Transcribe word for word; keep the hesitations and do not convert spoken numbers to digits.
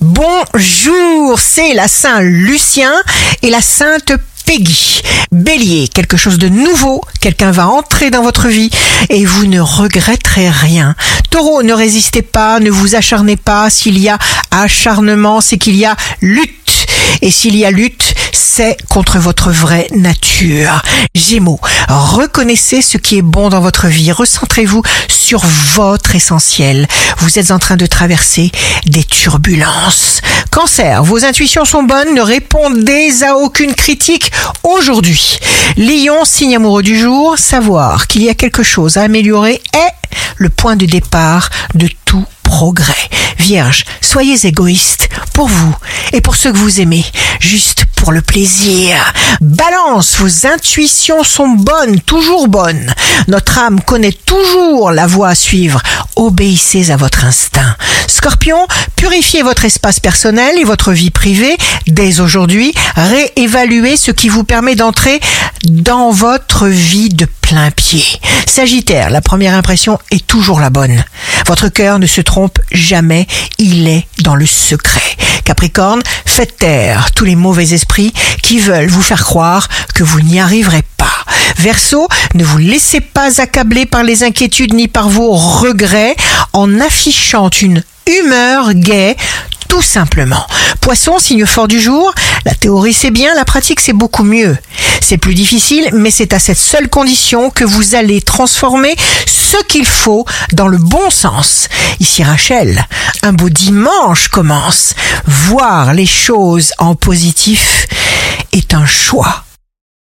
Bonjour, c'est la Saint-Lucien et la Sainte Peggy. Bélier, quelque chose de nouveau, quelqu'un va entrer dans votre vie et vous ne regretterez rien. Taureau, ne résistez pas, ne vous acharnez pas. S'il y a acharnement, c'est qu'il y a lutte. Et s'il y a lutte, c'est contre votre vraie nature. Gémeaux, reconnaissez ce qui est bon dans votre vie. Recentrez-vous sur votre essentiel. Vous êtes en train de traverser des turbulences. Cancer, vos intuitions sont bonnes. Ne répondez à aucune critique aujourd'hui. Lion, signe amoureux du jour. Savoir qu'il y a quelque chose à améliorer est le point de départ de tout progrès. Vierge, soyez égoïste pour vous et pour ceux que vous aimez, juste pour le plaisir. Balance, vos intuitions sont bonnes, toujours bonnes. Notre âme connaît toujours la voie à suivre. Obéissez à votre instinct. Scorpion, purifiez votre espace personnel et votre vie privée. Dès aujourd'hui, réévaluez ce qui vous permet d'entrer dans votre vie de plein pied. Sagittaire, la première impression est toujours la bonne. Votre cœur ne se trompe jamais, il est dans le secret. Capricorne, faites taire tous les mauvais esprits qui veulent vous faire croire que vous n'y arriverez pas. Verseau, ne vous laissez pas accabler par les inquiétudes ni par vos regrets en affichant une humeur gaie, tout simplement. Poisson, signe fort du jour, la théorie c'est bien, la pratique c'est beaucoup mieux. C'est plus difficile, mais c'est à cette seule condition que vous allez transformer ce qu'il faut dans le bon sens. Ici Rachel, un beau dimanche commence. Voir les choses en positif est un choix.